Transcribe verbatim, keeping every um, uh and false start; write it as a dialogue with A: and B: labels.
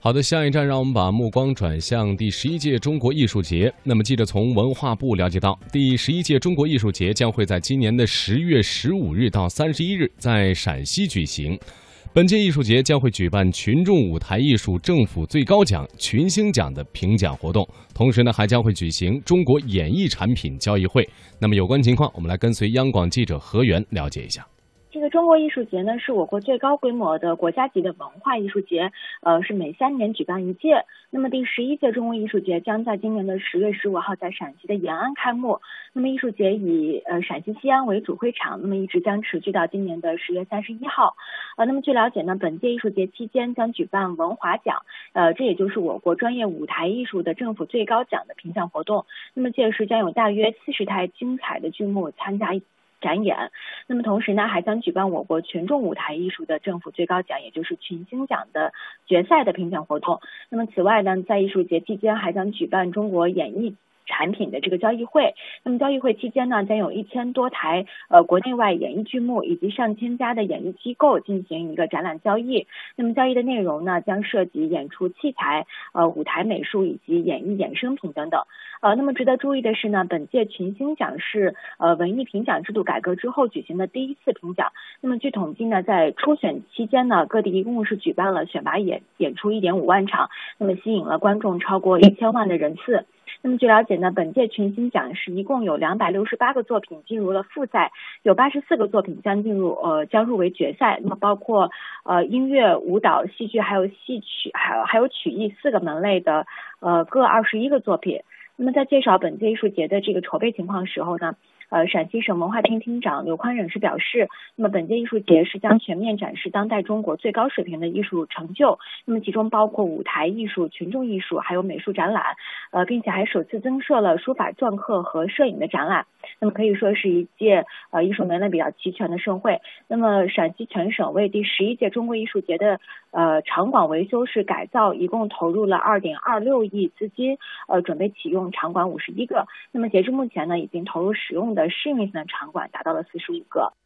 A: 好的，下一站让我们把目光转向第十一届中国艺术节。那么，记者从文化部了解到，第十一届中国艺术节将会在今年的十月十五日到三十一日在陕西举行。本届艺术节将会举办群众舞台艺术政府最高奖群星奖的评奖活动，同时呢，还将会举行中国演艺产品交易会。那么，有关情况，我们来跟随央广记者何源了解一下。
B: 这个中国艺术节呢，是我国最高规模的国家级的文化艺术节，呃，是每三年举办一届。那么第十一届中国艺术节将在今年的十月十五号在陕西的延安开幕。那么艺术节以呃陕西西安为主会场，那么一直将持续到今年的十月三十一号。呃，那么据了解呢，本届艺术节期间将举办文华奖，呃，这也就是我国专业舞台艺术的政府最高奖的评奖活动。那么届时将有大约四十台精彩的剧目参加展演，那么同时呢，还将举办我国群众舞台艺术的政府最高奖，也就是群星奖的决赛的评奖活动。那么此外呢，在艺术节期间还将举办中国演艺产品的这个交易会。那么交易会期间呢，将有一千多台呃国内外演艺剧目以及上千家的演艺机构进行一个展览交易。那么交易的内容呢，将涉及演出器材、呃舞台美术以及演艺衍生品等等。呃，那么值得注意的是呢，本届群星奖是呃文艺评奖制度改革之后举行的第一次评奖。那么据统计呢，在初选期间呢，各地一共是举办了选拔演演出一点五万场，那么吸引了观众超过一千万的人次。那么据了解呢，本届群星奖是一共有两百六十八个作品进入了复赛，有八十四个作品将进入呃将入围决赛。那么包括呃音乐、舞蹈、戏剧还有戏曲还有还有曲艺四个门类的呃各二十一个作品。那么在介绍本届艺术节的这个筹备情况时候呢，呃，陕西省文化厅厅长刘宽忍是表示，那么本届艺术节是将全面展示当代中国最高水平的艺术成就，那么其中包括舞台艺术、群众艺术，还有美术展览，呃，并且还首次增设了书法篆刻和摄影的展览。那么可以说是一届呃艺术门类比较齐全的盛会。那么陕西全省为第十一届中国艺术节的呃场馆维修是改造，一共投入了二点二六亿资金，呃，准备启用场馆五十一个。那么截至目前呢，已经投入使用的市运性的场馆达到了四十五个。